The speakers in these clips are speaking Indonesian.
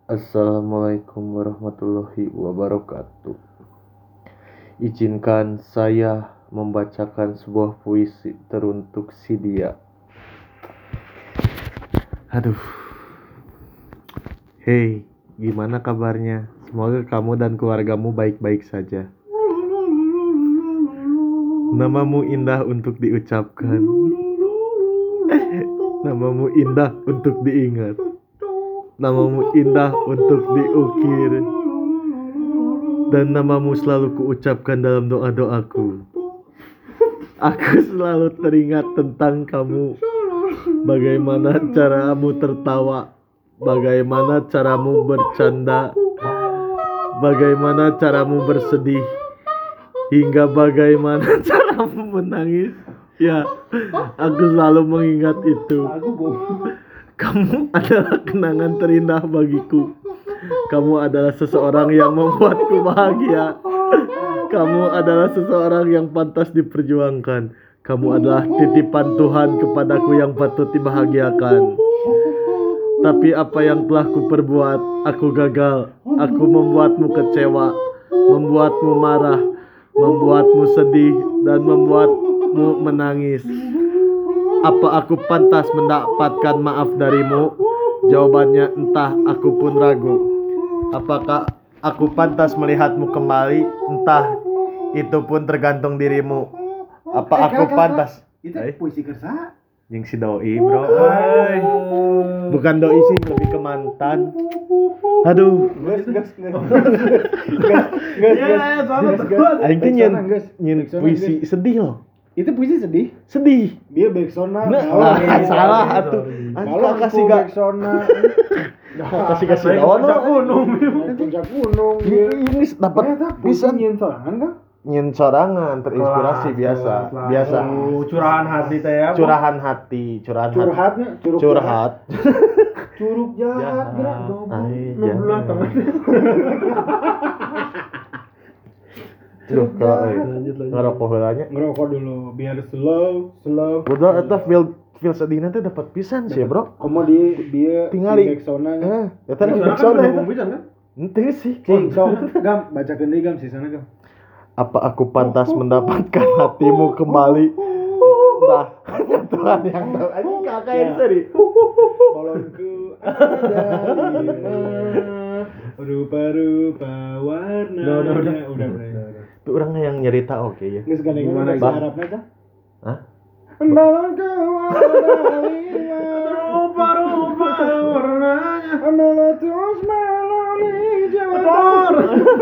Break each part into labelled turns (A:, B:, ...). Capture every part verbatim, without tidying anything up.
A: Assalamualaikum warahmatullahi wabarakatuh. Izinkan saya membacakan sebuah puisi teruntuk si dia. Aduh. Hei, gimana kabarnya? Semoga kamu dan keluargamu baik-baik saja. Namamu indah untuk diucapkan. Namamu indah untuk diingat. Namamu indah untuk diukir. Dan namamu selalu kuucapkan dalam doa-doaku. Aku selalu teringat tentang kamu. Bagaimana caramu tertawa, bagaimana caramu bercanda, bagaimana caramu bersedih, hingga bagaimana caramu menangis. Ya, aku selalu mengingat itu. Kamu adalah kenangan terindah bagiku. Kamu adalah seseorang yang membuatku bahagia. Kamu adalah seseorang yang pantas diperjuangkan. Kamu adalah titipan Tuhan kepadaku yang patut dibahagiakan. Tapi apa yang telah kuperbuat? Aku gagal. Aku membuatmu kecewa, membuatmu marah, membuatmu sedih, dan membuatmu menangis. Apa aku pantas mendapatkan maaf darimu? Jawabannya entah, aku pun ragu. Apakah aku pantas melihatmu kembali? Entah, itu pun tergantung dirimu. Apa aku pantas?
B: Itu puisi kersa?
A: Yang si doi bro. Ay. Bukan doi sih, lebih ke mantan. Aduh.
B: Gas gas gas. Gas gas gas.
A: Aing tuh nyen nyen puisi sedih loh.
B: Itu puisi sedih?
A: Sedih.
B: Dia backsona.
A: Nah,
B: oh,
A: ah, salah atuh.
B: Kalau
A: kasih
B: aku
A: gak
B: backsona.
A: kasih kasih daun
B: gunung. Puncak gunung.
A: Ini dapat
B: bisa
A: bisa
B: nyen sorangan kan?
A: nyen sorangan terinspirasi
C: Kelas,
A: biasa.
C: kelas,
A: Biasa.
C: Oh, curahan hati teh ya.
A: Curahan hati, curahan hati.
B: Curhatnya, curug
A: Curhat.
B: Curug jahat,
A: Jahat.
B: gerak goblok.
A: Ay,
C: Nu belah
A: jahat.
C: tangan.
A: Duh, kalau eh,
C: Lanjut lanjut.
A: ngerokok heulanya.
B: Ngerokok dulu biar slow, slow.
A: Udah eta feel feel sedihna teh dapat pisan sih, Bro.
B: Komo dia dia
A: Tinggali.
B: si backsonanya.
A: Eh, eta
C: Soalnya kan
A: backsona
C: udah
A: eta.
C: ngomong pisan kan?
A: Henteu sih.
B: Cing, sok, gam, bacakeun deui gam sisana gam.
A: Apa aku pantas mendapatkan hatimu kembali? Nah, Tuhan yang tahu. Anjing kakak yang
B: Ya.
A: sedih.
B: Balonku ada di rupa-rupa warna.
C: Udah, udah, udah.
B: udah, udah.
A: Itu orangnya yang nyerita oke ya.
B: Geus gandengan
C: Gimana,
B: bahasa
A: Bang?
B: Arabna tah?
A: Hah?
B: Balonku ada lima.
C: Rupa-rupa warnanya.
B: Meletus melodi
C: Motor.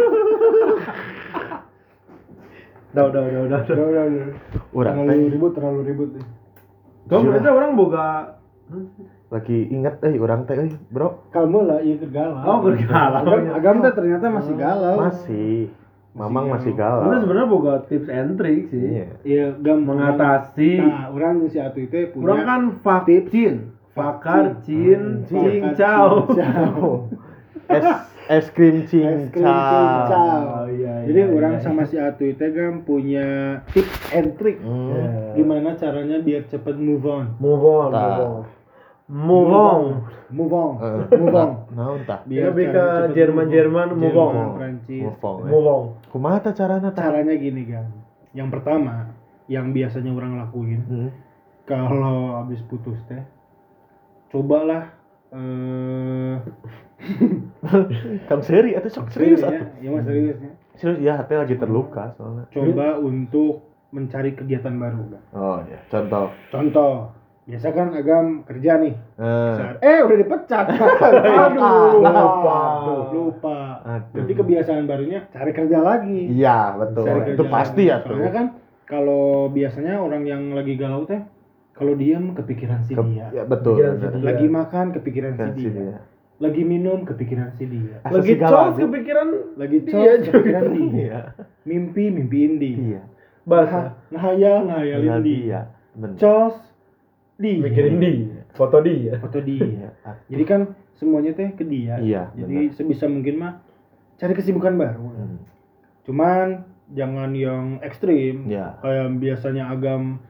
C: Udah udah udah udah.
B: Udah, udah, udah.
A: Urang
B: Terlalu
A: teh
B: ribut, terlalu ribut nih.
C: Kamu berarti orang boga.
A: lagi inget euy urang teh euy, Bro.
B: Kamu lah iya galau.
C: Oh, galau.
B: Agam, agam teh ternyata masih galau.
A: Masih. Mamang masih
C: Karena
A: galau.
C: sebenarnya boga tips and trick sih.
A: Iya.
B: Iya, gam
C: Mengatasi.
B: Nah, orang si atuh teh punya
C: Orang kan vaksin, fakar, cin, cincau.
B: Cincau.
A: Es es krim
B: Es krim
A: cincau.
B: cincau.
C: Oh, iya,
B: Jadi
C: iya,
B: orang
C: iya.
B: sama si Atuy teh gam punya tips and trick.
A: Hmm.
C: Ya.
B: Gimana caranya biar cepet move on.
C: Move on,
A: Tah.
C: move on. Move on.
B: Move on.
A: Eh,
B: Move on.
A: Naon tah?
C: Biar lebih
B: caranya
C: ke
B: cepet
C: Jerman-Jerman,
B: on.
C: move
B: Jerman,
C: on.
B: Prancis.
A: Move on.
C: Move on.
A: Kumaha tah carana tah?
B: Caranya gini gam. Yang pertama, yang biasanya orang lakuin
A: Hmm.
B: kalau habis putus teh, cobalah eh
A: Kang seri atau sok serius
B: ya,
A: atuh.
B: ya mas serius ya.
A: Serius ya, hati lagi terluka soalnya.
B: Coba untuk mencari kegiatan baru Gam.
A: Oh ya, contoh.
B: Contoh, biasa kan agam kerja nih.
A: Eh,
B: Saat- eh udah dipecat. Aduh, lupa.
A: Aduh.
B: Lupa.
A: Aduh.
B: Jadi kebiasaan barunya cari kerja lagi.
A: Iya, betul.
B: Cari
A: Itu
B: kerja
A: pasti
B: lagi.
A: ya tuh.
B: Soalnya kan kalau biasanya orang yang lagi galau teh kalau diam kepikiran si
A: Ke-
B: dia.
A: ya betul.
C: Pikiran si
A: benar.
C: dia.
B: Lagi makan kepikiran
A: Kan
B: si
A: si
B: dia.
A: dia.
B: Lagi minum kepikiran si dia.
A: Asa
C: Lagi
A: si galau,
C: cos
A: Bu.
C: kepikiran
B: Lagi
C: Dia
B: cos
C: juga.
B: kepikiran dia.
A: Iya.
B: Mimpi mimpiin dia.
A: Iya.
C: bahasa.
B: Ngahayal ngahayalin
A: Tinggal
B: dia.
A: dia. Benar.
B: Cos dia.
C: Mikirin dia, foto dia.
B: Foto dia.
A: Iya.
B: Jadi kan semuanya teh ke dia.
A: Iya,
B: Jadi sebisa mungkin mah cari kesibukan baru.
A: Hmm.
B: Cuman jangan yang ekstrim.
A: Iya.
B: Kayak biasanya agam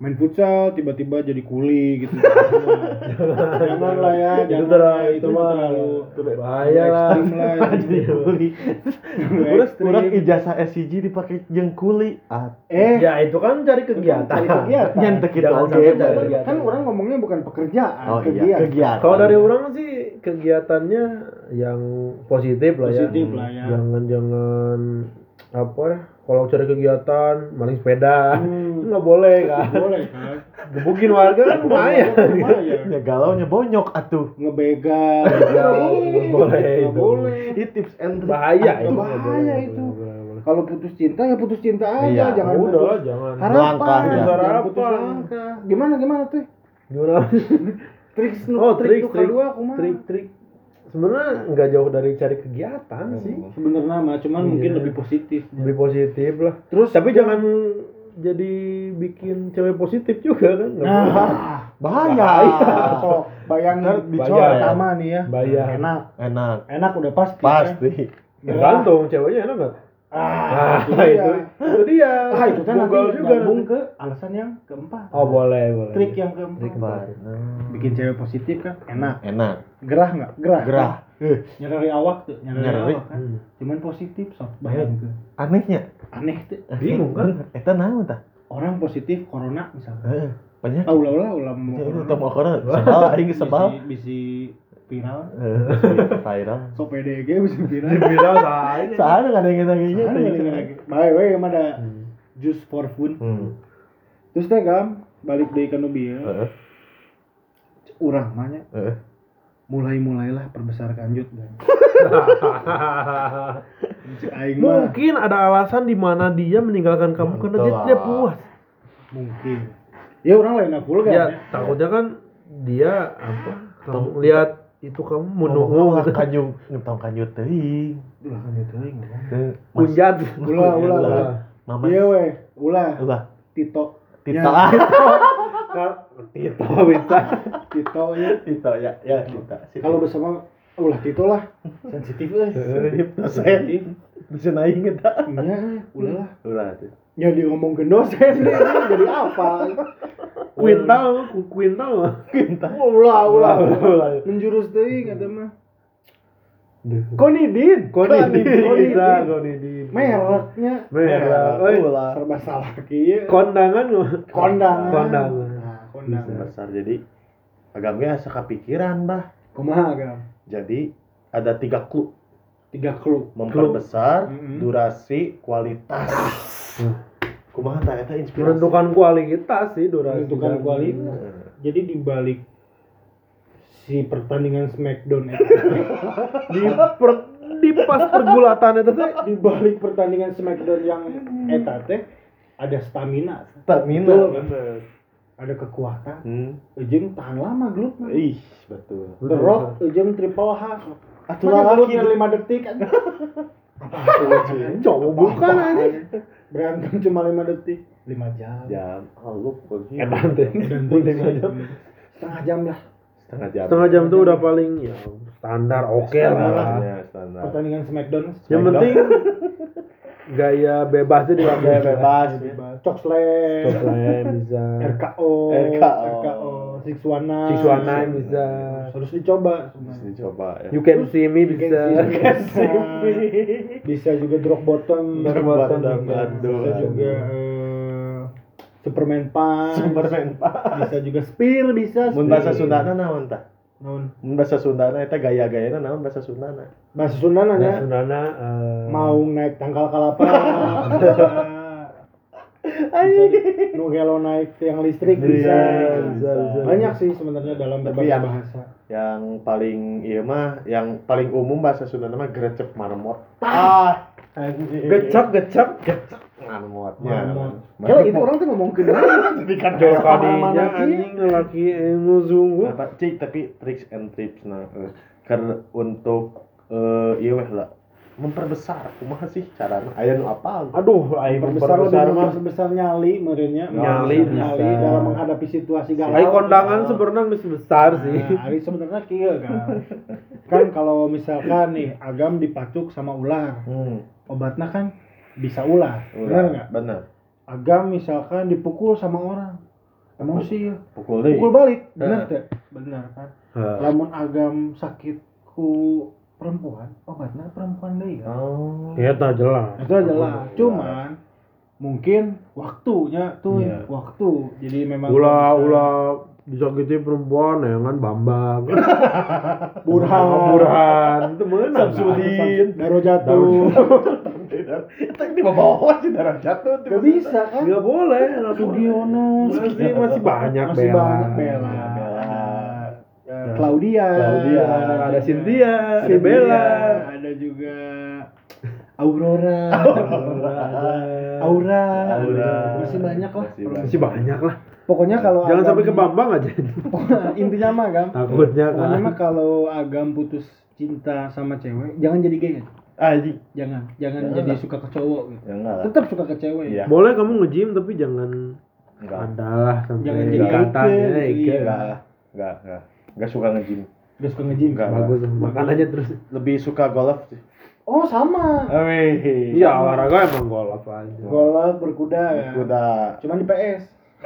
B: main futsal tiba-tiba jadi kuli gitu. Jangan lah ya,
C: Itu
B: jangan
C: terlalu-
B: lah,
C: itu mah
B: terlalu
C: bahaya lah.
B: ekstrim lah.
A: Jadi kuli. Urang urang ijazah S I G dipakai jeung kuli. Ah,
B: Eh,
C: Ya itu kan cari kegiatan.
B: cari kegiatan.
A: nyentek gitu
C: Jangan
A: oke.
C: sampai cari
A: bener.
C: kegiatan.
B: Kan orang ngomongnya bukan pekerjaan,
A: Oh iya,
B: kegiatan.
A: kegiatan.
C: Kalau dari orang sih kegiatannya yang positif lah ya.
B: Positif lah ya.
C: Jangan-jangan apa ya? Kalau cari kegiatan maling sepeda
B: Hmm.
C: nggak boleh kan?
B: Boleh kan?
C: Gebukin warga kan lumayan.
B: Lumayan.
A: Ya galau nya bonyok atuh.
B: Ngebegal,
C: Nggak boleh
B: nggak
C: itu.
B: boleh.
A: Ini tips and trick.
C: Bahaya
B: itu.
C: itu.
B: Bahaya
C: nggak boleh,
B: itu.
C: nggak boleh, nggak boleh.
B: Kalau putus cinta ya putus cinta aja,
A: Iya,
B: jangan
C: Udah lah
B: putus
C: jangan.
B: harapan.
A: Langkah, ya.
B: Jangan putus
C: Harapan.
B: langkah. Gimana gimana tuh?
C: Gimana?
B: Trik
C: Oh, trik,
B: nu
C: trik.
B: kedua kumaha?
C: Trik-trik. Sebenarnya nggak jauh dari cari kegiatan sih.
B: Sebenarnya mah cuman
C: Iya.
B: mungkin lebih positif.
C: Lebih positif lah.
B: Terus
C: Tapi jangan jadi bikin cewek positif juga kan. Nggak boleh.
B: nah,
A: Bahaya.
B: sok bayangin
A: Ntar
C: Bayar.
A: dicoret.
B: pertama nih ya.
C: Bayar.
B: Enak,
A: Enak.
B: enak udah pasti.
A: Pasti.
B: Kan?
C: Tergantung ceweknya enak nggak?
B: Ah,
C: Nah,
B: itu,
C: itu, itu dia.
B: Ah, itu kan nanti
C: Google juga
B: gabung
C: nanti.
B: ke alasan yang keempat.
C: Oh boleh boleh.
B: Trik yang keempat.
C: Trik keempat.
B: Bikin cewek positif kan enak.
A: Enak.
B: Gerah nggak? Gerah.
A: Gerah. Eh,
B: Nyerari awak tuh, nyerari,
A: Nyerari.
B: awak kan.
C: Hmm.
B: Cuman positif sok bayangin.
A: anehnya.
B: Aneh tuh.
C: Bingung kan?
A: Eta naon tah?
B: Orang positif corona misalnya.
A: Heeh. Banyak.
B: Ah ulah ulah ulah mau
A: Itu
B: corona.
A: tong corona. Sebal aing sebal.
B: Bisi, bisi viral.
A: Heeh, viral.
B: So P D G bisa viral.
C: Viral saya.
A: Saha ada yang ngene-ngene
B: Ada yang lagi. Bae we mah ada
C: Hmm.
B: juice for food.
A: Hmm.
B: Terus teh gam balik deui ka nu bieu.
A: Heeh.
B: Urang mah nya
A: Heeh.
B: mulai-mulailah perbesar kanjut dan cek aing mah
C: Mungkin ada alasan di mana dia meninggalkan kamu karena dia
A: Betul.
C: tidak puas.
B: mungkin. Ya orang lain vulgar
C: Ya,
B: ya.
C: takutnya kan dia apa? Kamu
A: Tong-
C: lihat itu kamu menunggu
A: Ngomong
C: gitu.
A: kanjung, ngentong kanjut teuing.
B: Ulah kanjut teuing ngomong.
A: Teu, Mas.
C: Kunjat.
B: Ulah ulah
A: Ulah.
B: ulah.
A: Mama.
B: Iya we, ulah.
A: Ulah.
B: Tito.
A: Tito.
B: Ya,
A: Ah.
C: Itu bisa.
B: Tito ya.
A: Tito ya, ya Tito.
B: Kalau bersama ulah Tito lah. Sensitif euy.
A: Sensitif. Bisa naik eta.
B: Iya, ulah lah.
A: Ulah tuh.
B: Ya dia ngomong dosen nih, jadi apa?
C: Kuintal, kuintal.
B: Ulah ulah.
C: Ulah.
B: Menjurus teuing eta mah. Konidin.
C: Konidin.
B: Konidin.
C: Bisa, Konidin.
B: Mereknya
C: Merah. Oi,
A: Ulah.
B: serba salah kieu.
C: kondangan loh.
B: Kondangan.
C: Kondangan.
B: Nah, kondangan.
A: Besar jadi agamanya asa kepikiran, Bah.
B: Kumaha agam?
A: Jadi ada tiga clue.
B: Tiga clue.
A: Memperbesar
B: Mm-mm.
A: durasi, kualitas. Kumaha tah eta inspirasi.
C: Menentukan kualitas sih durasi.
B: Menentukan
C: dan-
B: kualitas. Jadi di balik si pertandingan Smackdown itu
C: Di per, di pas pergulatan itu teh
B: di balik pertandingan Smackdown yang eta teh ada stamina,
A: Stamina.
B: Betul. ada kekuatan.
A: Hmm.
B: Ujung tahan lama gelut mah.
A: Ih, betul.
B: The Rock ujung triple H.
A: Atuh
B: Masa
A: laki
B: gelutnya lima detik kan.
C: cowok bukan aja.
B: Berantem cuma lima detik, lima jam.
A: Jam haluk pergi.
C: Edan teh.
B: Dan
C: Lima jam.
B: setengah jam lah.
A: Setengah jam.
C: Setengah jam tuh udah paling ya standar oke
A: Standar
C: lah.
A: ya, standar.
B: Pertandingan Smackdown.
C: Yang penting gaya bebasnya dilakukan.
A: Gaya bebas.
B: Cok slam.
C: Cok lain bisa.
B: R K O.
A: R K O.
B: R K O. Six One Nine.
C: Six One Nine bisa.
B: Harus dicoba.
A: Terus dicoba ya.
C: You can see me
B: You can
C: bisa.
B: see- bisa. Bisa juga drop bottom.
C: Drop bottom.
B: Bisa,
A: Aduh,
B: bisa
A: aduh.
B: juga eh, Superman Punch.
A: Superman Pak.
B: Bisa juga spear bisa.
A: Mun
B: spear.
A: bahasa Sundana naon tah?
B: Naon?
A: Mun bahasa Sundana eta gaya-gayana naon bahasa Sundana?
B: Bahasa Sunda
C: Nah,
B: nanya.
C: Sundana eh,
B: Mau naik tangkal kalapa. Bisa nu gelo naik tiang listrik
A: Iya,
B: bisa.
C: bisa, bisa.
B: Banyak sih sebenarnya dalam
A: Tapi
B: berbagai
A: yang-
B: bahasa.
A: Yang paling iya mah yang paling umum bahasa Sundana mah grecep marmot. Ah, anjing.
C: gecap gecap
A: gecep marmotnya.
B: Marmot. Kalau itu orang tuh ngomong ke
A: Tapi kan
C: Jauh
A: jauh
C: kadinya anjing lelaki emu sungguh.
A: apa cik tapi tricks and tips nah eh, karena untuk eh iya weh lah memperbesar kumaha sih carana aya nu apal
C: Aduh, aing
B: Membesar
C: memperbesar
B: lebih
C: mah.
B: membesar nyali merenya.
C: Nyali
B: Membesar
C: bisa.
B: nyali dalam menghadapi situasi galau.
C: Aing kondangan sebenarnya masih besar sih.
B: Nah, Ari sebenarnya kieu kan. Kan kalau misalkan nih agam dipacuk sama ular,
A: hmm
B: obatnya kan bisa ular. Benar
A: ulah,
B: enggak?
A: bener
B: Agam misalkan dipukul sama orang, emosi ya.
A: Pukul deui.
B: Pukul balik, bener
A: Heeh.
B: teh? Bener kan.
C: Heeh.
B: Lamun agam sakit ku perempuan, obatnya perempuan deui kan.
A: Oh.
C: Ya tak jelas.
B: Itu jelas. Cuman mungkin waktunya tuh,
A: Iya.
B: waktu. Jadi memang
C: Ulah
B: bisa-
C: ulah disakitin perempuan ya kan Bambang.
B: Burhan,
C: Burhan itu mana?
A: Samsudin.
B: Daro jatuh.
A: Itu di bawah sih darah jatuh.
B: Gak bisa kan?
C: Enggak boleh. nggak boleh.
B: Sugiono,
C: Masih masih banyak
B: masih
C: Bella.
B: banyak Bella.
A: Bella.
B: Ada, ya, Claudia.
A: Claudia.
C: Ada Cynthia, ada
B: Cynthia,
C: Bella.
B: ada juga Aurora.
C: Aura, ada.
B: Aura.
A: Aura.
B: Masih banyak lah.
A: Masih banyak.
C: Masih banyak lah.
B: Pokoknya kalau
C: Jangan
B: Agam-
C: sampai ke Bambang aja.
B: intinya mah Agam.
C: Takutnya
B: Pokoknya
C: kan.
B: mah kalau Agam putus cinta sama cewek, jangan jadi gay ya.
A: Anjing.
B: Jangan, jangan
A: Jangan
B: jadi
A: lah.
B: suka ke cowok gitu.
A: Ya enggak lah.
B: Tetap suka ke cewek.
A: Iya.
C: Boleh kamu nge-gym tapi jangan
A: Enggak.
C: adalah sampai
B: Jangan
A: jadi
C: ikatan
B: Ike,
C: ya,
B: gitu,
C: Ike.
B: iya.
A: Enggak. Enggak, enggak. Enggak suka nge-gym.
B: Gak suka nge-gym.
A: Enggak.
C: Bagus, makan aja terus.
A: Lebih suka golf sih.
B: Oh sama.
A: Wih.
C: Iya, olahraga emang golf aja.
B: Golf berkuda ya.
A: Kuda.
B: Cuman di P S.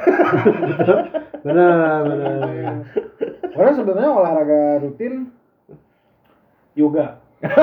C: Benar, benar.
B: Orang sebenarnya olahraga rutin yoga.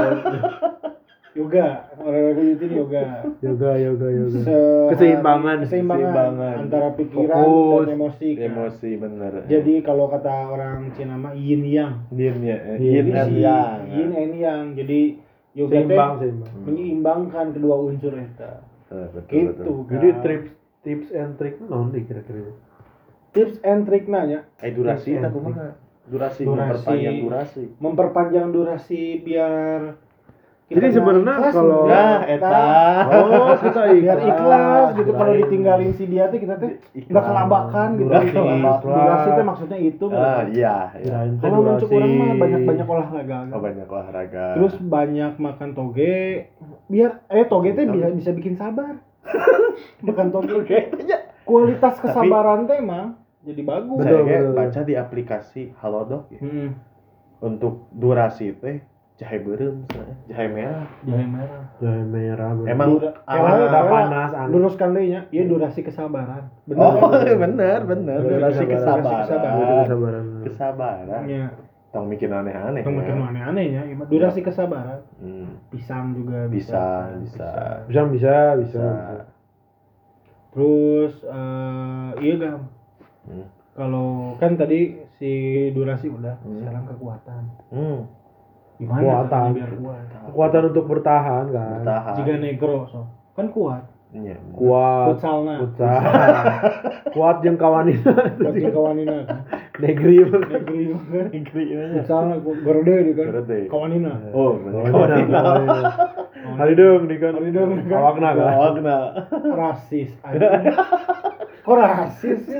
B: Yoga, olahraga rutin yoga.
C: Yoga, yoga, yoga.
B: Sehari-
C: Keseimbangan.
B: keseimbangan,
A: Keseimbangan.
B: antara pikiran
C: Fokus.
B: dan emosi. kan.
A: Emosi bener.
B: Jadi kalau kata orang Cina mah yin yang.
A: Yin ya.
C: Yin
A: Yin and
B: Si
A: yang.
B: yin and yang. Jadi yoga teh
C: Seimbang, seimbang.
B: menyeimbangkan kedua unsur eta.
A: Eh, betul,
B: Gitu.
A: betul.
B: kan.
C: Jadi tips tips and trick non nih kira-kira.
B: tips and trick nanya
A: Eh durasi
C: Tips
A: tak
C: and
A: kumaha? Durasi,
B: Durasi.
A: memperpanjang durasi.
B: memperpanjang durasi biar kita
C: Jadi
B: nggak
C: sebenarnya
B: ikhlas
C: kalau-
B: sebenarnya.
A: Nah, eta.
C: Oh, kita
B: biar ikhlas gitu
C: Kirain.
B: kalau ditinggalin si dia tuh kita tuh
A: Ikhlas.
B: nggak kelabakan gitu.
C: Durasi,
B: Durasi,
C: ikhlas.
B: teh maksudnya itu.
A: Ah, iya, iya.
C: Kirain teh
B: Kalau mencuk
C: durasi.
B: orang mah banyak-banyak olahraga.
A: Oh, banyak olahraga.
B: Terus banyak makan toge. Biar eh toge teh bisa bisa bikin sabar. Makan toge. Kualitas
A: Tapi-
B: kesabaran teh emang jadi bagus.
C: Betul,
A: saya kayak
C: betul.
A: baca di aplikasi Halodoc ya.
B: Hmm,
A: Untuk durasi teh jahe beureum misalnya, jahe merah.
B: jahe merah.
C: Jahe merah. bener.
A: Emang
B: Dura-
A: awal
B: Kela-
C: udah
B: kela-
C: panas, anget.
B: Luruskan deh nya, iya durasi kesabaran. Bener
A: Oh,
B: kan?
A: bener, bener.
C: Durasi
A: Durasi
B: kesabaran.
A: kesabaran.
C: Itu kesabaran.
A: Kesabaran.
B: Iya.
A: Tong mikir aneh-aneh.
B: Yang
A: ya.
B: makin aneh-aneh ya, gimana? Durasi kesabaran.
A: Hmm.
B: Pisang juga
A: Bisa,
B: bisa.
A: bisa.
C: Bisa, bisa, bisa.
A: Bisa.
B: Terus eh iya Gam.
A: Hmm.
B: Kalau kan tadi si durasi udah,
A: Hmm.
B: sekarang kekuatan.
A: Hmm.
B: Gimana
C: Kekuatan.
B: caranya biar kuat?
C: Kekuatan untuk bertahan kan.
A: Bertahan.
B: Jika negro so. Kan kuat.
A: Iya.
C: Kuat.
B: Futsalna.
C: Futsal. Kuat jeung kawanina.
B: Kuat jeung kawanina. kan.
C: Negeri.
B: Negeri kan.
A: Negeri aja.
B: Futsalna gorode di kan.
A: Gorode.
B: Kawanina.
A: Oh,
C: Kawanina. Hari dong di kan.
B: Hari deung di kan.
C: Awakna kan.
A: Awakna.
B: Rasis aja. Kok rasis sih?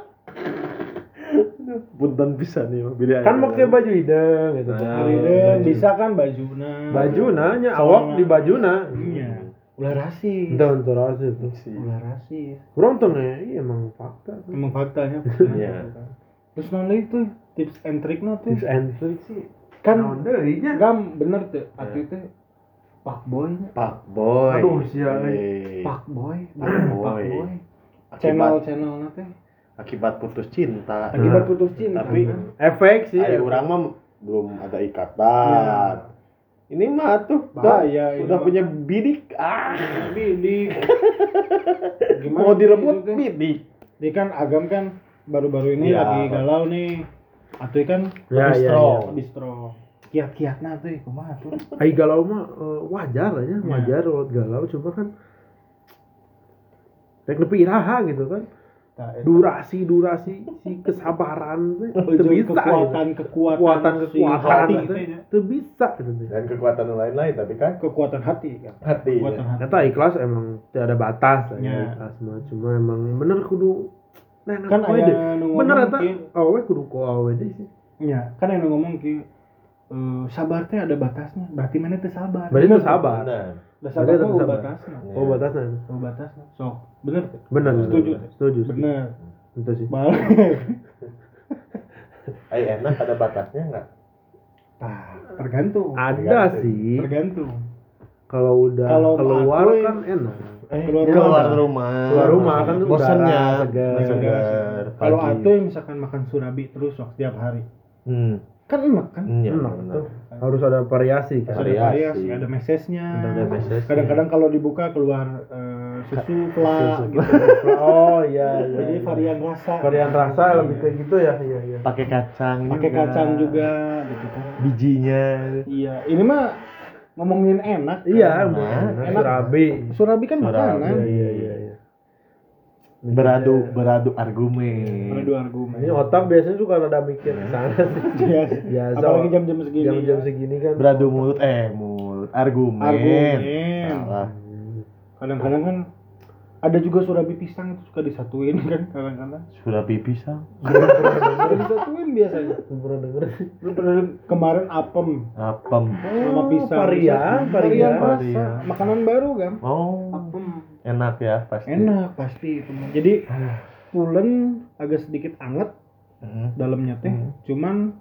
A: Punten bisa nih Bang. Billy
C: Kan
A: aya.
C: pakai baju hidung gitu.
A: Nah,
B: Hari deung bisa kan bajuna.
C: Baju nanya awak di bajuna.
B: Iya. Ulah rasis.
C: Itu untuk rasis itu.
A: Si.
B: Ulah rasis.
C: Kurang tuh nih, iya emang fakta. tuh.
B: Emang faktanya.
A: Iya.
B: Terus nanti itu tips and trick tuh
C: Tips and trick sih.
B: kan
C: Naon deui nya?
B: Gam bener tuh arti teh pak boy
A: Pak Boy.
C: Aduh, sia,
A: Eh.
B: pak boy
A: Pak
B: pak
A: Boy.
B: boy channel
A: Akibat
B: channel nanti
A: akibat putus cinta.
B: akibat putus cinta
A: Tapi-
B: kan?
C: Efek sih.
A: Ayo orang mah belum ada ikatan. Ini mah tuh
B: Bahaya, ini
A: udah
B: mah.
A: punya bidik. Ah,
B: bidik
A: mau direbut
B: gitu teh?
A: bidik.
B: dia kan Agam kan baru-baru ini
A: Iya.
B: lagi galau nih atuh kan
C: Ya,
B: lebih
C: ya,
B: strong
C: ya.
B: lebih strong kiat-kiatna tuh kumaha tuh
C: Ai galau mah eh, wajar aja,
B: Ya.
C: wajar lot galau coba kan. Rek nepi iraha gitu kan.
B: Nah, eta.
C: Durasi durasi si kesabaran teh teu
B: Ujung
C: bisa.
B: kekuatan
C: gitu.
B: kekuatan
C: Kekuatan
B: si
C: kekuatan
B: hati
C: teh
B: teh ya.
C: teu bisa gitu teh.
A: Dan kekuatan lain-lain tapi kan
B: kekuatan hati kan
A: hati.
B: kekuatan hati
C: Ternyata ikhlas emang tidak ada batas lah
B: Ya.
C: ya. Ikhlas mah cuma emang bener kudu nah, nah,
B: kan
C: kowe
B: aya
C: deh.
B: nu
C: Bener
B: ngomong
C: eta
B: ki-
C: awe kudu ko awe deh sih.
B: ya kan yang ngomong ki eh, sabar teh ada batasnya berarti mana teh sabar
C: Berarti
B: Bener
C: itu sabar.
A: Benar.
B: da sabar
C: Berarti
B: mah
C: itu
B: oh
C: sabar.
B: batasnya
C: Oh batasnya.
B: oh batasnya sok bener teh
C: Bener.
B: Setuju.
C: Setuju.
B: bener
C: Itu sih.
B: balik
A: Ay enak ada batasnya enggak?
B: nah tergantung
C: Ada
A: Tergantung.
C: sih.
B: tergantung Kalau udah
C: Kalau
B: keluar
C: aku,
B: kan enak.
A: Eh,
C: Keluar
A: keluar,
C: rumah.
A: rumah.
B: Keluar rumah kan
A: bosannya
B: udara segar.
A: segar.
C: Kalau
A: pagi.
C: atuh yang misalkan makan surabi terus waktu tiap hari,
A: Hmm.
C: kan enak kan?
A: Iya,
B: Enak
A: benar.
B: tuh. Harus ada variasi kan.
C: Ada
A: Variasi.
C: variasi, ada mesesnya.
A: Ada mesesnya.
C: Kadang-kadang kalau dibuka keluar eh, susu pla
B: Susu.
C: gitu.
B: Oh iya iya.
C: Jadi
B: iya.
C: varian rasa.
B: varian rasa lebih kayak gitu ya. Iya iya.
A: Pakai kacang
C: Pakai
A: juga.
C: kacang juga gitu kan.
A: Bijinya.
C: Iya, ini mah ngomongin enak.
B: Iya,
C: kan?
B: enak.
C: Enak.
B: Surabi.
C: Surabi kan
A: Surabi.
C: makanan.
B: Iya iya iya.
A: Beradu beradu argumen.
C: Ada dua argumen.
B: Ini otak biasanya suka rada mikir ke sana sih.
C: Iya.
B: Biasa.
C: Apalagi jam-jam segini.
B: Jam-jam
C: ya.
B: segini kan.
A: Beradu mulut eh mulut argumen.
C: Argumen.
A: Salah.
C: Kadang-kadang kan ada juga surabi pisang itu suka disatuin kan kadang-kadang.
A: Sudah pipis ah.
C: Suka disatuin biasanya.
B: Belum pernah denger sih.
C: Lu pernah kemarin apem
A: Apem.
C: sama pisang.
B: varian, varian.
C: rasa.
A: Varian.
C: Makanan baru kan.
A: Oh,
C: Apem.
A: enak ya pasti.
C: Enak pasti itu mah. Jadi pulen agak sedikit anget
A: Hmm.
C: dalamnya teh,
A: Hmm.
C: cuman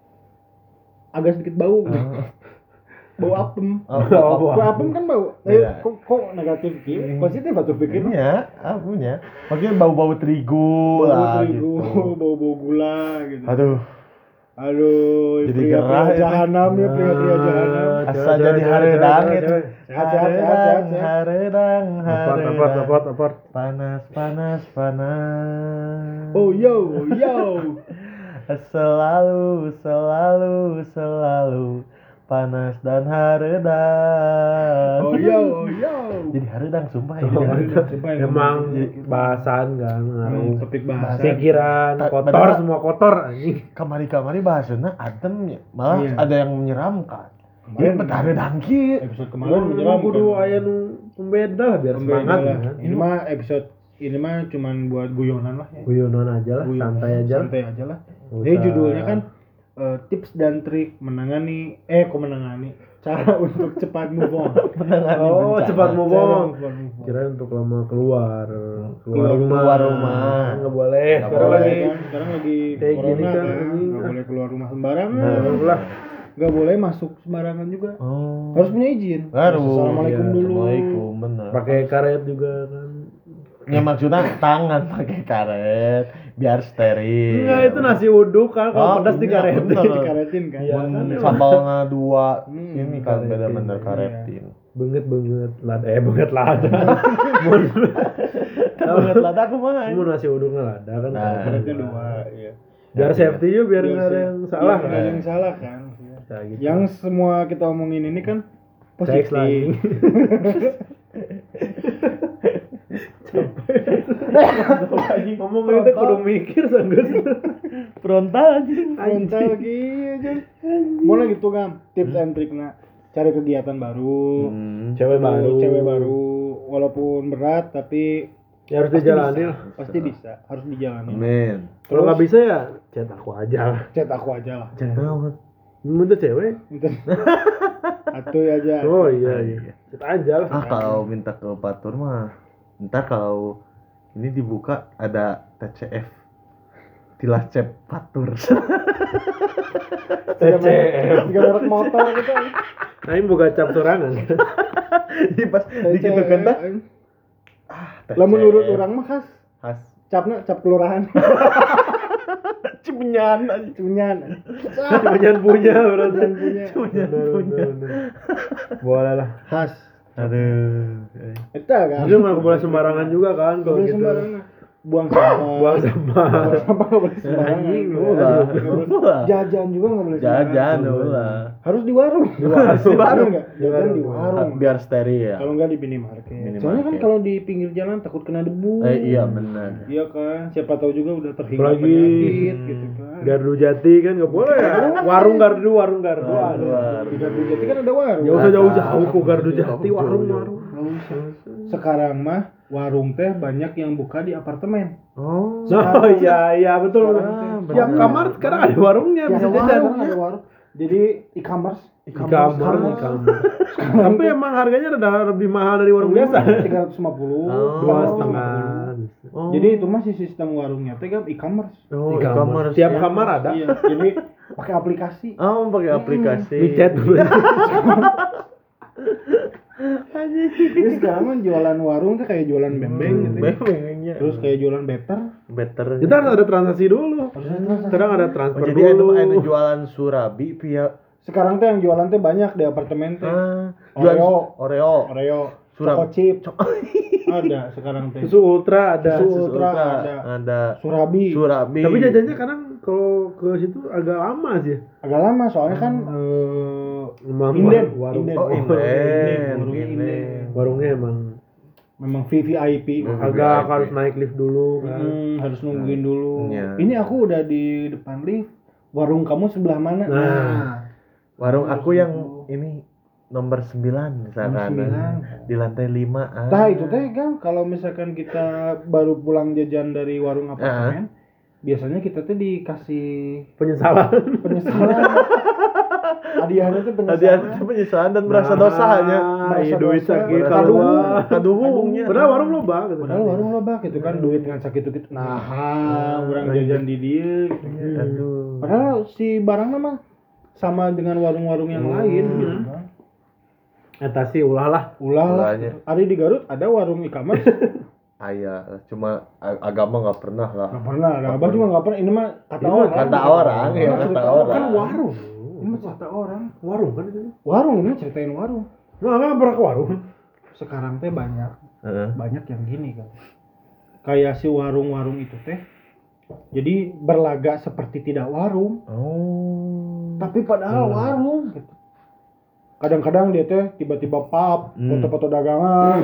C: agak sedikit bau.
A: Oh.
C: Bau apem.
A: Oh,
B: Oh,
A: oh,
C: Bau apem kan bau. Eh,
A: Beda.
C: kok, kok negatif gitu?
A: Hmm.
C: Positif atau pikir?
A: Iya, apunya. Maksudnya bau-bau terigu
C: Bau
A: lah
C: terigu,
A: gitu.
C: bau-bau gula gitu.
A: Aduh,
C: Aduh,
A: Jadi
C: pria-pria
A: gerah ya,
C: jahanam ya, pria-pria jahanam.
A: asal jadi haredang itu.
C: Sehat, sehat, sehat,
A: Haredang,
C: sehat.
A: haredang,
B: Apart, apart,
A: haredang.
B: apart, apart.
A: Panas, panas, panas.
C: Oh yo, yo.
A: Selalu, selalu, selalu panas dan haredang.
C: Oh yo, oh yo.
A: Jadi haredang sumpah ya.
B: Oh,
A: Jadi
B: itu
C: Sumpah,
B: emang
C: emang.
B: bahasan kan
C: Hmm,
B: ngaruh.
C: topik bahasa.
B: Pikiran
A: Ta-
B: kotor
A: padahal-
B: semua kotor anjing.
A: kamari-kamari bahasanya adem ya. Malah
C: Iya.
A: ada yang menyeramkan.
C: Kemarin
A: Ini peta haredang kieu.
C: episode
B: Kemarin
C: kemarin
B: emang
C: menyeramkan.
B: kudu aya nu pembeda lah biar
C: Pembeda
B: semangat
C: lah.
B: kan.
C: Ini mah episode ini mah cuman buat guyonan lah ya.
B: Guyonan aja lah,
C: Guyonan,
B: santai aja.
C: Santai aja lah.
B: Nggak
C: Jadi
B: usah-
C: judulnya kan eh, tips dan trik menangani eh kok menangani cara untuk cepat move on.
A: Menangani
B: Oh,
A: bencana.
B: cepat move
C: Cara
B: on.
C: move on, move on.
B: Kirain untuk lama keluar, keluar,
C: Keluar
B: rumah,
A: keluar rumah.
B: nggak boleh.
A: Nggak
C: Sekarang
A: boleh.
C: lagi kan, sekarang lagi
B: Kayak
C: corona
B: gini kan,
C: kan,
B: anjing.
C: nggak boleh keluar rumah sembarangan,
A: Nah.
B: lah.
C: nggak boleh masuk sembarangan juga,
A: Oh.
C: harus punya izin.
A: Harus.
C: Assalamualaikum
B: Iya,
C: dulu.
A: Assalamualaikum, bener.
B: Pakai karet juga kan.
A: Ya maksudnya tangan pakai karet biar steril.
B: Enggak, itu nasi uduk kan kalau
A: Oh,
B: pedas
A: iya,
B: dikaretin.
A: bener.
C: Dikaretin kan.
B: Iya.
A: Mun sambalnya dua,
C: Hmm,
A: ini kan
B: karetin.
A: bener-bener
C: Iya.
A: karetin.
B: Benget benget lada eh benget lada. Mun
A: Banget lada aku mah.
B: mun nasi uduknya lada kan.
A: Nah.
C: Karetnya dua, iya.
B: Biar safety juga biar
C: Biar
B: nggak ada
C: sih.
B: yang salah
C: Biar nggak ada
B: kan.
C: yang salah kan.
B: Nah, gitu.
C: Yang semua kita omongin ini kan
B: Seks lagi.
C: positif.
B: Ngomong itu kudu mikir sanggeus.
A: Frontal anjing.
C: Frontal lagi aja. Mau lagi tuh kan tips and triknya cari kegiatan baru,
A: Hmm.
B: Cewek baru.
C: cewek baru, walaupun berat tapi
B: Ya harus
C: pasti
B: dijalani
C: bisa.
B: lah.
C: Pasti bisa, harus dijalani.
A: Amin.
B: Kalau nggak bisa ya chat aku aja lah.
C: Chat aku aja lah.
A: Jangan.
B: Minta cewek.
C: Atuh aja.
B: Oh iya iya. Chat aja lah.
A: Ah kalau minta ke patur mah, ntar kalau ini dibuka ada T C F, tilas cep patur.
B: T C F.
C: Tiga merek motor gitu.
B: Nah ini buka cap sorangan.
A: Di pas dikitu kan dah.
C: Lamun menurut orang mah khas
A: khas
C: capna cap kelurahan.
A: cimenyan anjing.
C: Cunyan.
B: Cuman punya berarti.
C: punya.
A: Cimenyan
B: Bener,
A: punya.
B: bener, bener. Boleh lah.
C: Khas.
A: Aduh.
C: Eta kan.
B: Itu nggak boleh sembarangan juga kan kalau
C: Boleh
B: gitu.
C: sembarangan. Buang sampah.
B: Buang sampah.
C: Buang sampah nggak boleh sembarangan.
B: Anjing,
A: Ulah. Ulah.
C: Jajan juga nggak boleh
A: Jajan
C: sembarangan.
A: ulah.
C: Harus di warung.
B: Di warung.
C: Di warung nggak?
B: Di
C: Jajan
B: warung.
C: di warung.
A: Biar steril.
C: Kalau nggak di minimarket.
A: Minimarket.
C: Soalnya kan kalau di pinggir jalan takut kena debu.
A: Eh iya benar.
C: Iya kan. Siapa tahu juga udah terhingga
B: Apalagi
C: penyakit gitu kan.
B: Gardu Jati kan nggak boleh ya. Warung gardu, warung gardu.
A: Warung,
B: Aduh.
A: warung.
C: Di Gardu Jati kan ada warung.
B: Ya usah jauh-jauh ke Gardu Jati, warung warung.
C: Nggak usah. Sekarang mah warung teh banyak yang buka di apartemen.
A: Oh.
B: Oh iya iya betul.
C: Ah,
B: Tiap
A: bener.
B: kamar sekarang ada warungnya
C: Ya,
B: bisa
C: ada
B: jajan.
C: warung, ada warung. Jadi e-commerce.
B: Di kamar, di kamar. Tapi emang harganya ada lebih mahal dari warung biasa.
C: tiga ratus lima puluh.
A: Oh.
B: Dua setengah.
A: Oh.
C: Jadi itu masih sistem warungnya teh kan e-commerce.
A: Oh,
B: Di kamar.
A: e-commerce.
B: Tiap
A: Ya.
B: kamar ada.
C: Iya. Jadi pakai aplikasi.
A: Oh, pakai aplikasi.
B: Di chat dulu.
C: Jadi sekarang kan jualan warung tuh kayak jualan bembeng gitu. ya.
A: Bembengnya.
C: Terus kayak jualan better.
A: better.
B: Kita harus ada transaksi dulu. Sekarang ada
A: Oh,
B: transfer
A: jadi ada
B: dulu.
A: ada jualan surabi via
C: Sekarang tuh yang jualan tuh banyak di apartemen tuh.
A: ah, jualan
C: Oreo.
A: su- Oreo.
C: Oreo,
A: Surab-
C: Choco chip. Ada sekarang tuh.
B: Susu ultra ada.
C: Susu
A: Susu
C: Ultra
A: Ultra,
C: ada.
A: ada
C: Surabi.
A: surabi.
B: Tapi jajannya kadang kalau ke situ agak lama sih.
C: Agak lama soalnya kan eh,
B: Emang
C: Inden,
B: warung.
C: Inden.
A: Oh,
C: Inden,
A: inden,
C: warungnya
A: inden.
C: inden.
B: Warungnya emang
C: memang V V I P.
A: Hmm.
B: agak
A: V I P.
B: harus naik lift dulu kan.
C: Hmm, harus nungguin dulu.
A: Iya.
C: Ini aku udah di depan lift. Warung kamu sebelah mana?
B: Nah.
A: Warung aku yang ini nomor sembilan misalkan.
C: Nomor sembilan.
A: Di lantai lima. Ah.
C: Nah itu teh kan kalau misalkan kita baru pulang jajan dari warung apartemen, biasanya kita tuh dikasih
B: Penyesalan.
C: penyesalan. Hadiahnya tuh
A: Tadi
C: penyesalan.
A: ada penyesalan dan merasa dosanya.
B: Nah, iya
C: Merasa
B: duit
C: dosa.
B: sakit
A: Merasa
B: kalau
A: dosa.
B: gua.
A: Kaduhungnya.
B: Padahal warung loba gitu.
C: Padahal warung loba gitu kan duit dengan sakit gitu. Nah, orang jajan di dia. Gitu.
A: Aduh.
C: Padahal si barang mah sama dengan warung-warung yang lain. Gitu.
B: Eta sih ulah lah.
C: Ulah lah.
A: Ulahnya.
C: Ada di Garut ada warung e-commerce.
A: Ayah, cuma a- agama nggak pernah lah.
C: Nggak pernah. Ada abah juga nggak pernah. Ini mah kata
B: Ini mah
C: orang.
A: kata orang,
C: Ini
A: ya,
C: mah
A: kata
C: cerita
A: orang.
C: Kan warung. Ini mah cerita orang.
B: Warung kan itu.
C: Warung ini ceritain warung.
B: Nggak nggak pernah ke warung.
C: Sekarang teh banyak
A: Heeh.
C: banyak yang gini kan. Kayak si warung-warung itu teh. Jadi berlagak seperti tidak warung,
A: Oh.
C: tapi padahal
B: Hmm.
C: warung gitu. Kadang-kadang dia teh tiba-tiba pap,
A: Hmm.
C: foto-foto dagangan.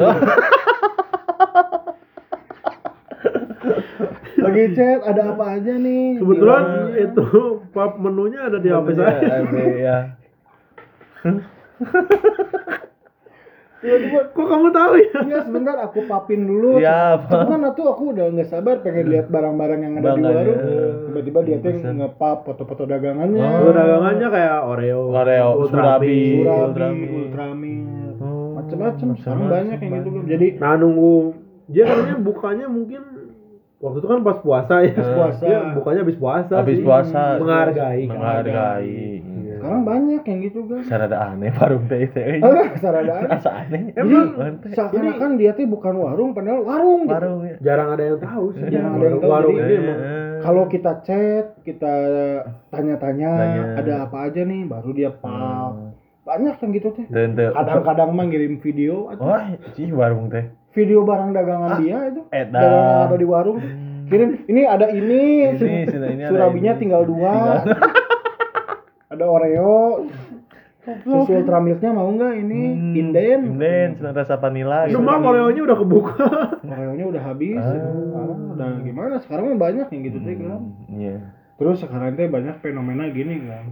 C: Lagi chat, ada apa aja nih?
B: Kebetulan
C: Di-
B: itu pub menunya ada di H P saya.
A: Ada ya.
C: Tiba-tiba,
B: Kok kamu tahu ya?
C: iya sebentar aku papin dulu.
A: Ya,
C: Cuma kan tuh aku udah nggak sabar pengen lihat barang-barang yang ada di
A: Barangnya.
C: warung. Tiba-tiba dia tuh
A: Pesan.
C: nge-pap foto-foto dagangannya.
B: Kalau dagangannya kayak Oreo,
A: Oreo, Surabi.
C: Surabi,
A: Ultramilk.
C: Ultramilk,
A: Oh,
C: macam-macam. Sekarang
A: macam-macam
C: banyak yang gitu kan.
A: banyak.
C: Jadi
B: Nah nunggu dia katanya bukanya mungkin waktu itu kan pas puasa ya.
C: Pas puasa.
B: Dia bukanya habis puasa.
A: Habis
B: sih.
A: puasa.
B: Menghargai kan.
A: Menghargai.
C: sekarang banyak yang gitu guys.
A: Sarada aneh warung teh teh.
C: Ah, saradaan.
A: Rasa aneh.
C: Jadi
A: Emang
C: seakan-akan dia tuh bukan warung, padahal warung. Gitu.
A: warung ya.
B: Jarang ada yang tahu sih.
C: Jarang ada yang tahu,
B: Warung
C: jadi-
B: ini emang
C: Kalau kita chat, kita tanya-tanya
A: Tanya.
C: ada apa aja nih, baru dia pap.
A: Hmm.
C: Banyak yang gitu teh.
A: Dan teh.
C: Kadang-kadang mah ngirim video atau
A: Wah, sih warung teh.
C: video barang dagangan dia itu.
A: Edan.
C: Dagangan yang ada di warung. Kirim, ini ada ini.
A: Ini, sudah ini ada
C: Surabinya
A: ini.
C: tinggal dua. Ada Oreo. Susu Ultramilknya mau nggak ini?
A: Hmm,
C: Inden.
A: Inden, senang rasa vanila.
B: itu
A: gitu.
B: mah Oreonya udah kebuka.
C: Oreonya udah habis.
A: Ah.
C: Ah, udah gimana? Sekarang mah banyak yang gitu teh kan.
A: Iya.
C: Terus sekarang teh banyak fenomena gini kan.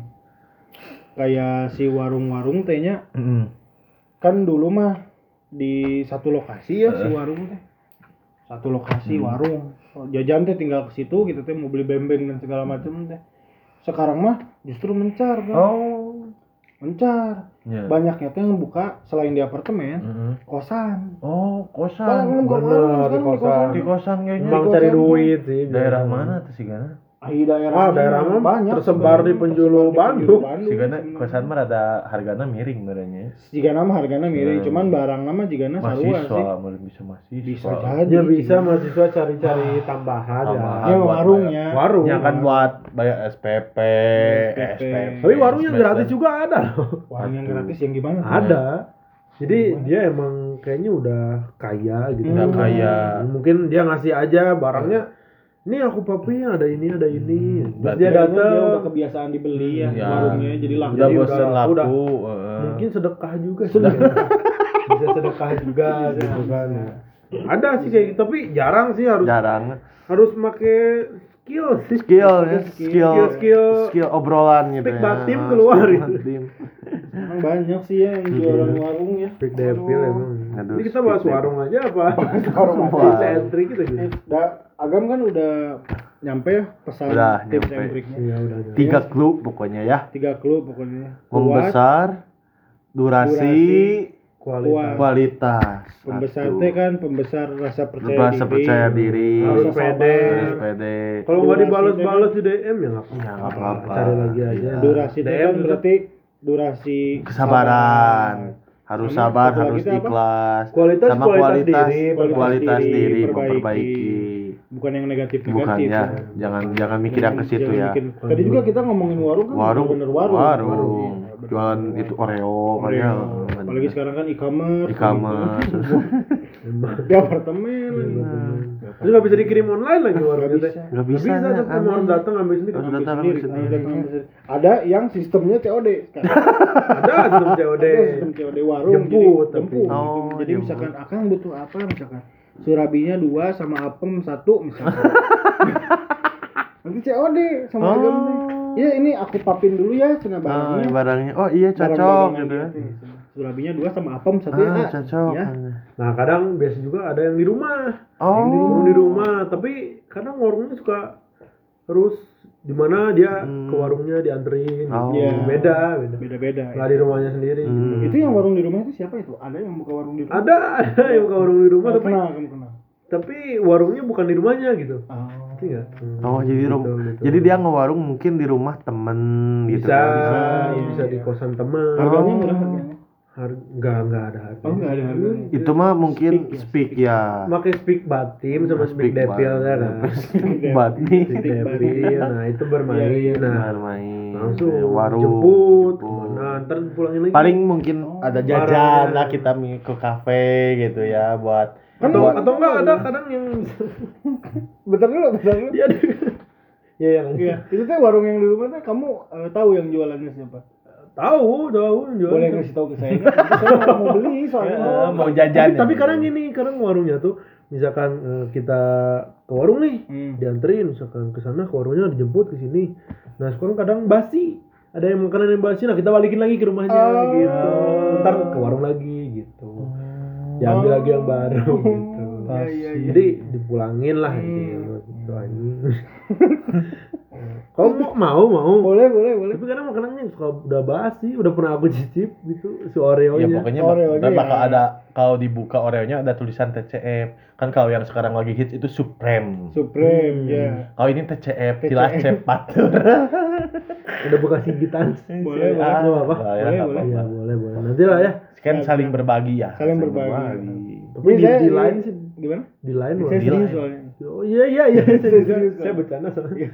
C: Kayak si warung-warung tehnya
A: Heeh.
C: kan dulu mah di satu lokasi ya si warung teh. Satu lokasi warung. Oh, jajan teh tinggal ke situ kita teh mau beli bembeng dan segala macam teh. Sekarang mah justru mencar kan.
A: Oh.
C: Mencar.
A: Iya.
C: Banyaknya teh yang buka selain di apartemen,
A: Heeh.
C: kosan.
A: Oh,
C: Banyak
A: kosan.
C: yang buka
B: bener,
C: warung
B: di
C: sekarang di
B: kosan.
C: kosan.
A: Di kosan kayaknya.
B: Emang
C: kosan
B: cari
C: tuh.
B: duit sih.
A: Daerah mana tuh sih Gana?
C: Ah, di daerah
B: Ah, daerah mah
C: banyak
B: tersebar di
C: sebenarnya.
B: penjuru
C: Tersebar di
B: Bandung.
C: Bandung
A: Si Gana
C: sebenarnya.
A: kosan mah ada hargana miring merenya.
C: Jika nama harganya miring,
A: Hmm.
C: cuman barang nama jika nama sarua sih.
A: Mahasiswa, mungkin bisa mahasiswa.
C: Bisa jadi.
B: Ya bisa mahasiswa cari-cari tambahan ya.
A: Tambahan.
C: Ya
A: buat
C: warungnya.
B: Warung.
A: Ya kan buat bayar S P P,
C: S P P.
A: S P P.
B: Tapi warung yang
A: semester.
B: gratis juga ada loh.
C: Warung yang
A: Aduh.
C: gratis yang gimana?
B: Ada. Jadi dia emang kayaknya udah kaya gitu.
C: Udah
A: kaya.
B: Mungkin dia ngasih aja barangnya. Ini aku papi ada ini ada ini. Terus
A: Berarti
B: dia
C: Kayaknya
B: datang.
C: dia udah kebiasaan dibeli ya,
A: Ya.
C: warungnya jadi laku.
A: Udah
B: Jadi
A: bosen
B: udah-
A: laku.
B: udah-
A: heeh.
B: Mungkin sedekah juga sih. Bisa sedekah juga gitu kan. Ada sih kayak gitu, tapi jarang sih harus
A: jarang.
B: harus make skill sih.
A: Skill, ya,
C: Skill,
A: skill,
B: skill,
A: skill obrolan gitu
B: speak
A: ya.
B: batim
A: Ah,
B: keluar
A: speak
B: gitu.
A: batim.
C: Emang banyak sih ya yang jualan warung ya.
B: Big Devil emang.
A: Aduh,
B: Ini kita bahas
A: Big
B: warung aja apa?
C: Warung
A: Wah.
B: Tips and trick gitu gitu.
C: Da, Agam kan udah nyampe ya pesan
A: Udah
C: tips
A: nyampe.
C: and triknya.
B: Iya udah. udah.
A: Tiga clue pokoknya ya.
C: Tiga clue pokoknya. Kuat,
A: Membesar, durasi,
C: durasi,
B: Kualitas.
C: kuat.
A: kualitas.
C: Pembesar
A: Satu.
C: teh kan pembesar rasa percaya
A: Rasa
C: diri.
A: percaya diri.
B: Harus
C: Rasa
B: pede.
C: sabar.
A: Harus pede.
B: Kalau nggak
C: Durasi
B: dibalas-balas di D M ya nggak apa-apa.
A: Ya nggak apa-apa.
B: Cari lagi aja.
A: Iya.
C: Durasi itu
B: D M
C: kan
B: juga.
C: berarti durasi
A: Kesabaran. harus
C: Sama
A: sabar,
C: satu lagi
A: harus
C: itu apa?
A: ikhlas.
D: Kualitas,
A: sama
D: kualitas
A: kualitas
D: diri,
A: kualitas,
C: kualitas
A: diri,
C: diri,
A: memperbaiki.
C: perbaiki. Bukan yang negatif negatif.
A: Bukan ya, jangan jangan mikir yang ke situ ya.
C: Tadi juga kita ngomongin warung kan
A: Warung,
C: bener warung.
A: warung,
C: Iya, bener.
A: jualan itu Oreo, kan ya.
C: Oreo. Apalagi sekarang kan e-commerce.
A: E-commerce.
C: gitu. Di apartemen.
D: Terus nggak bisa dikirim online lagi warungnya teh.
A: Nggak bisa,
D: Nggak bisa,
A: kan.
D: tetap harus datang ambil sendiri.
A: Harus
C: Ambil
A: datang
C: sendiri,
A: ambil
C: ambil
A: sendiri.
C: datang ambil sendiri. Ada yang sistemnya C O D sekarang.
D: Ada sistem C O D.
C: Ada sistem C O D warung.
D: Jemput,
C: jadi,
D: tapi.
C: jemput.
A: Oh,
C: jadi
A: jemput.
C: misalkan Akang butuh apa misalkan surabinya dua sama apem satu misalkan. Nanti C O D sama
A: Oh.
C: harga nanti. Iya ini aku papin dulu ya cenah
A: Oh,
C: barangnya.
A: barangnya. Oh iya
C: Barang
A: cocok
C: dagangan
A: gitu.
C: dia tuh. Surabinya dua sama apem satu
A: Ah,
C: ya.
A: cocok.
C: Ya.
D: Nah kadang biasa juga ada yang di rumah.
A: Oh.
D: Yang di rumah, di rumah. Tapi kadang warungnya suka harus di mana dia
A: Hmm.
D: ke warungnya dianterin.
A: Oh.
D: Gitu.
C: Iya.
D: Beda, beda.
C: Beda-beda.
D: Nggak di rumahnya sendiri.
A: Hmm.
D: Gitu.
C: Itu yang warung di rumah itu siapa itu? Ada yang buka warung di rumah?
D: Ada, ada yang buka warung di rumah
C: Oh,
D: tapi
C: kenal, kamu kenal.
D: tapi warungnya bukan di rumahnya gitu.
C: Oh.
D: Ngerti nggak? Hmm.
A: Oh, jadi rum
D: Gitu, gitu.
A: jadi dia ngewarung mungkin di rumah temen gitu
D: bisa,
A: kan.
D: bisa,
C: iya,
D: bisa di
C: iya.
D: kosan teman.
C: Harganya
A: Oh.
C: murah harganya.
D: Har- nggak nggak ada harga.
C: Oh, nggak ada harganya.
A: Itu mah mungkin speak ya.
D: Pakai speak batim sama speak depil kan.
A: Speak batni.
D: Speak depil. Nah, itu bermain.
C: Iya, iya.
D: Nah,
A: Bermain.
D: langsung
A: Eh, warung.
D: jemput.
A: jemput.
D: Nah, ntar pulangin lagi.
A: Paling mungkin
C: Oh,
A: ada
D: barang.
A: jajan lah kita mi- ke kafe gitu ya buat
C: Kan
D: atau
C: buat-
D: atau enggak ada kadang yang
C: Bentar dulu, bentar dulu.
D: iya ada. Ya yang
C: Iya, itu tuh warung yang di rumah tuh kamu eh, tahu yang jualannya siapa?
D: tahu, tahu jual.
C: Boleh ngasih tahu ke saya? Nanti saya mau beli soalnya.
A: Ya, mau
D: Tapi,
A: jajan.
D: tapi
A: ya.
D: kadang gini, kadang warungnya tuh misalkan eh, kita ke warung nih,
C: Hmm.
D: dianterin misalkan ke sana ke warungnya dijemput ke sini. Nah, sekarang kadang basi. Ada yang makanan yang basi, nah kita balikin lagi ke rumahnya
C: Oh.
D: gitu. Ntar ke warung lagi gitu. Diambil lagi yang baru gitu.
C: Iya, iya, iya.
D: Jadi dipulangin lah
C: Hmm.
D: gitu. Gitu anjing. Kau mau mau mau.
C: Boleh, boleh, boleh.
D: Tapi kadang makanannya suka udah basi, udah pernah aku cicip gitu si Oreo-nya.
A: Ya pokoknya
C: Oreonya
A: ntar
C: ya.
A: bakal ada kalau dibuka Oreonya ada tulisan T C F. Kan kalau yang sekarang lagi hits itu Supreme.
C: Supreme,
D: Hmm.
C: ya.
A: Kalau ini T C F,
C: T C F.
A: Cilacap Patur.
D: Udah bekas gigitan.
C: Boleh, boleh.
A: Ah,
D: Nggak apa-apa.
A: boleh,
C: Boleh,
A: nggak
C: boleh.
D: Iya,
A: apa-apa.
D: boleh, boleh. Nanti lah ya.
A: Kan saling berbagi ya.
C: Saling berbagi.
D: Tapi di,
C: saya-
D: di line sih,
C: gimana?
D: di line
C: Saya
D: mah.
C: serius
A: line.
C: soalnya.
D: Oh iya iya iya. Saya
C: Serius,
D: saya
C: Bang.
D: bercanda soalnya.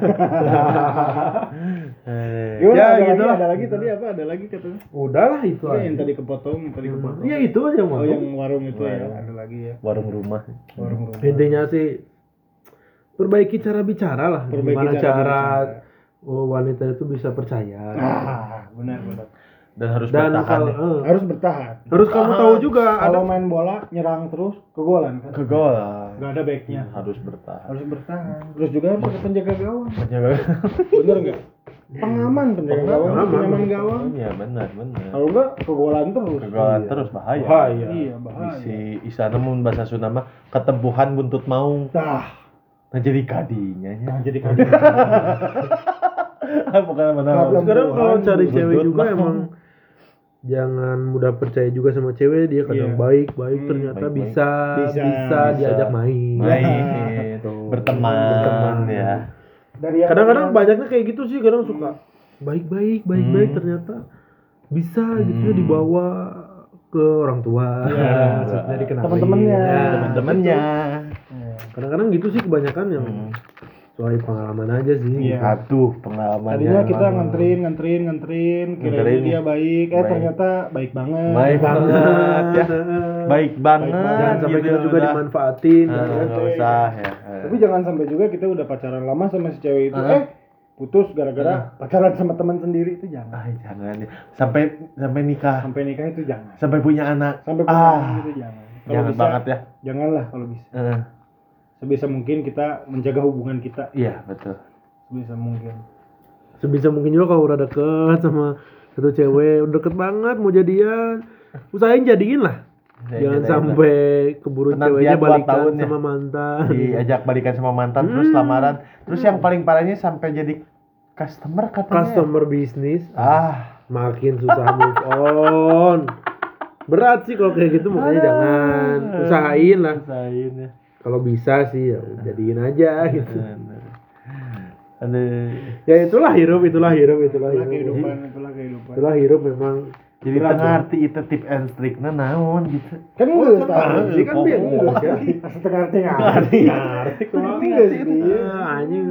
A: Eh,
C: Gimana?
D: Ya,
C: ada
D: gitu
C: lagi,
D: lah.
C: ada lagi tadi apa? Ada lagi katanya?
D: Udah lah itu
C: Oh,
D: aja.
C: yang tadi kepotong, yang tadi kepotong.
D: Iya itu aja mau.
C: Oh, yang warung itu ya.
A: Warung.
C: Ada lagi ya.
A: warung rumah.
C: Warung rumah.
D: Intinya sih perbaiki cara bicara lah.
C: Perbaiki
D: Gimana
C: cara
D: cara,
C: bicara.
D: oh, wanita itu bisa percaya.
C: Ah, benar, benar.
A: Dan harus
D: Dan
A: bertahan.
D: kalau
A: ya.
D: eh,
C: Harus bertahan.
D: harus kamu tahu juga ada
C: Kalau main bola nyerang terus kegolan kan?
A: Ke gol.
C: Gak ada backnya.
A: Harus bertahan.
C: Harus bertahan. Terus juga harus ada penjaga gawang.
A: Penjaga.
C: Bener nggak? Pengaman penjaga gawang,
D: Pengaman.
C: pengaman gawang.
A: Iya benar benar.
C: Kalau enggak kegolan terus.
A: Kegolan
D: Iya.
A: terus bahaya.
D: bahaya.
C: Iya, bahaya.
A: Si Isana mun bahasa Sunda mah ketempuhan buntut maung.
C: Tah,
A: Nah jadi kadinya nya.
C: nah jadi kaki.
A: Bukan mana.
C: Kalau
D: Sekarang kalau cari
A: Buntut
D: cewek juga
A: maung.
D: emang jangan mudah percaya juga sama cewek, dia kadang
C: Iya.
D: baik baik
C: Hmm,
D: ternyata
A: baik-baik.
D: bisa,
C: Bisa,
D: bisa
A: bisa.
D: diajak main.
A: main
D: Tuh.
A: berteman,
D: Berteman.
A: ya.
C: Dari yang
D: Kadang-kadang
C: tadinya-
D: banyaknya kayak gitu sih, kadang suka baik-baik baik-baik
A: Hmm.
D: ternyata bisa gitu
A: Hmm.
D: dibawa ke orang tua,
C: Iya.
D: maksudnya dikenalin.
C: Teman-temannya.
D: Ya,
A: Teman-temannya.
C: Iya.
D: Kadang-kadang gitu sih kebanyakan yang
A: Hmm.
D: soal pengalaman aja sih.
C: Iya.
A: Aduh, pengalamannya.
C: Tadinya kita
A: emang.
C: nganterin, nganterin, nganterin, kirain
A: Nganterin.
C: dia baik, eh
A: Baik.
C: ternyata baik banget.
A: Baik banget ya. Baik banget.
C: banget.
D: Jangan sampai
A: gitu
D: kita juga
A: udah.
D: dimanfaatin.
A: Ah,
D: gitu kan.
A: nggak usah ya.
C: Tapi jangan sampai juga kita udah pacaran lama sama si cewek itu,
A: Ah.
C: eh putus gara-gara pacaran sama teman sendiri itu jangan.
A: Ah, jangan ya. Sampai sampai nikah,
C: Sampai nikah itu jangan.
A: sampai punya anak.
C: Sampai punya
A: ah,
C: anak itu jangan. Kalau
A: jangan
C: bisa,
A: banget ya.
C: Janganlah kalau bisa.
A: Eh,
C: Sebisa mungkin kita menjaga hubungan kita
A: iya, betul.
C: sebisa mungkin.
D: Sebisa mungkin juga kalau udah deket sama satu cewek, udah deket banget mau jadian, usahain jadiin lah.
A: Saya
D: Jangan
A: jadiin
D: sampai keburu
A: Penantian
D: ceweknya
A: dua
D: balikan
A: tahun ya.
D: sama mantan.
A: diajak balikan sama mantan terus
D: Hmm.
A: lamaran. Terus yang paling parahnya sampai jadi customer katanya.
D: Customer bisnis
A: Ah,
D: makin susah move on. Berat sih kalau kayak gitu, makanya jangan, usahain lah.
A: usahain ya.
D: Kalau bisa sih ya jadiin aja gitu.
A: Aduh.
D: Ya itulah hidup, itulah hirup, itulah
C: Itulah
D: hirup.
C: kehidupan, itulah kehidupan.
D: Itulah hidup memang
A: Jadi
B: Berat,
A: tengah arti itu tip and trick na naon gitu.
B: Kan enggak tahu.
D: Ini kan biar enggak kan.
B: Setengah arti nggak?
A: Ngerti.
B: Cuma enggak sih dia.
D: Ah, anjing.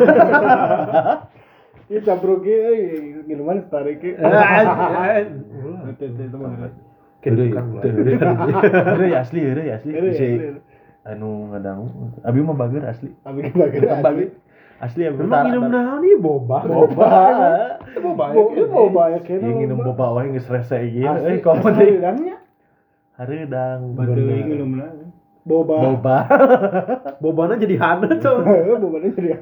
B: Ini campur ge minuman tarik ge. Itu itu itu mah.
A: Heureuy, teu heureuy. Heureuy asli, heureuy asli.
B: Heureuy,
A: Si
B: heureuy.
A: anu ngadangu. Abi mah bager asli.
B: Abi bager asli.
A: Asli abi
D: Emang minum naon nih boba?
B: Boba.
A: Boba.
B: Boba boba ya kena.
A: Yang minum boba wae geus rese ieu.
B: Asli
A: Eh, komo
B: asli
A: deui.
B: udangnya.
A: Hareudang.
C: Batu
A: bener.
C: minum lah.
B: Boba.
A: Boba.
D: Bobana jadi hana coy.
B: Bobanya jadi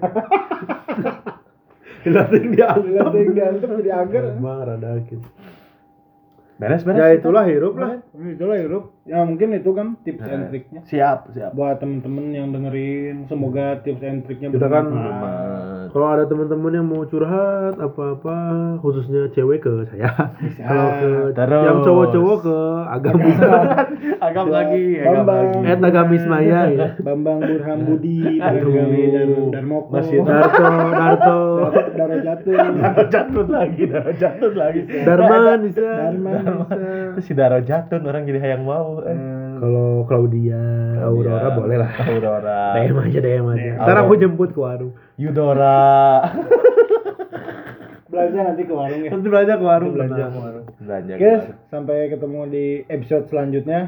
D: Dilatih dia
B: Lihat yang diantep jadi agar.
D: Emang rada gitu.
A: Beres beres.
D: Ya itulah hirup lah.
C: Itulah Europe. Ya mungkin itu kan tips and triknya.
A: Siap, siap.
C: Buat temen-temen yang dengerin, semoga tips and triknya
D: Kita kan
C: bermanfaat.
D: kalau ada teman-teman yang mau curhat apa-apa khususnya cewek ke saya. Kalau ke
A: terus.
D: yang cowok-cowok ke Agamis.
A: Agam lagi, agam
B: Bambang.
A: lagi.
D: Eh Agamis Maya ya.
C: Bambang Burhan Budi,
A: Aduh.
C: barangkali Dar- Darmoko,
A: Masih
D: Darto, Darto,
C: Daro Jatuh,
A: Daro jatun lagi, daro jatun lagi.
D: Darman bisa.
C: Darman bisa.
A: Terus si Daro jatun orang jadi hayang mau. Eh.
D: Kalau Claudia, Aurora boleh lah.
A: Aurora.
D: D M aja, D M aja.
C: D M.
D: Ntar aku jemput ke warung.
A: Yudora.
C: Belanja nanti ke warung ya.
D: Nanti belanja ke warung.
C: Belanja
D: tenang.
C: ke warung.
A: Belanja.
C: Oke, sampai ketemu di episode selanjutnya.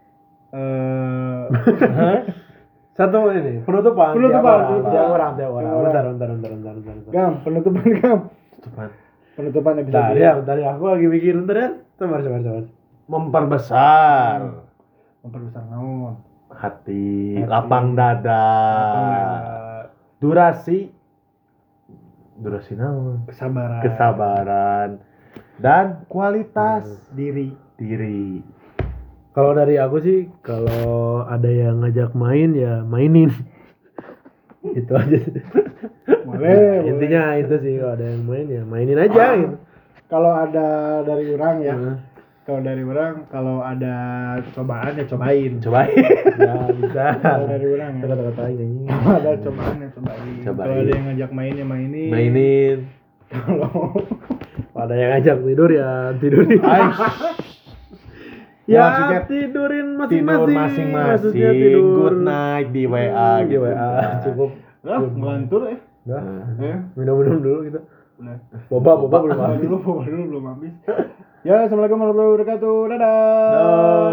C: Eh,
D: Satu ini penutupan.
C: Penutupan,
D: Tiap orang,
C: penutupan.
D: tiap orang, tiap orang.
C: Tiap orang.
D: Bentar, bentar, bentar, bentar, bentar, bentar.
C: Gam, penutupan Gam.
A: Tuhan.
C: Penutupan episode
D: Bentar
C: ini.
D: ya, bentar ya. Aku lagi mikir bentar ya. Sabar, sabar, sabar.
A: Memperbesar
C: Memperbesar naon.
A: hati,
C: Hati.
A: lapang dada.
C: Lapang dada.
A: Durasi durasi naon?
C: Kesabaran.
A: Kesabaran dan kualitas
C: Diri.
A: diri.
D: Kalau dari aku sih, kalau ada yang ngajak main ya mainin. Itu aja.
C: Boleh, boleh.
D: Intinya itu sih, kalau ada yang main ya mainin aja gitu.
C: Kalau ada dari orang ya.
D: Nah,
C: Kalau dari orang, kalau ada cobaan ya cobain.
A: Cobain.
D: ya bisa.
C: Kalau dari orang ya.
D: Kata-katain ini.
C: Kalau ada cobaan ya cobain.
A: Cobain.
C: Kalau ada yang ngajak main ya mainin.
A: Mainin.
C: Kalau
D: Kalau ada yang ngajak tidur ya tidurin.
A: Aish.
D: Ya,
A: maksudnya
D: tidurin
A: Tidur
D: masing-masing.
A: masing-masing.
D: Maksudnya tidur.
A: Good night di W A
D: Di
A: gitu.
D: W A cukup.
C: lah ngelantur ya.
D: Udah.
C: Ya.
D: Minum-minum dulu kita.
C: Udah.
D: Boba, boba belum
C: Boba
D: habis.
C: dulu, boba dulu belum habis. Ya, assalamualaikum warahmatullahi wabarakatuh. Dadah.
A: Dah.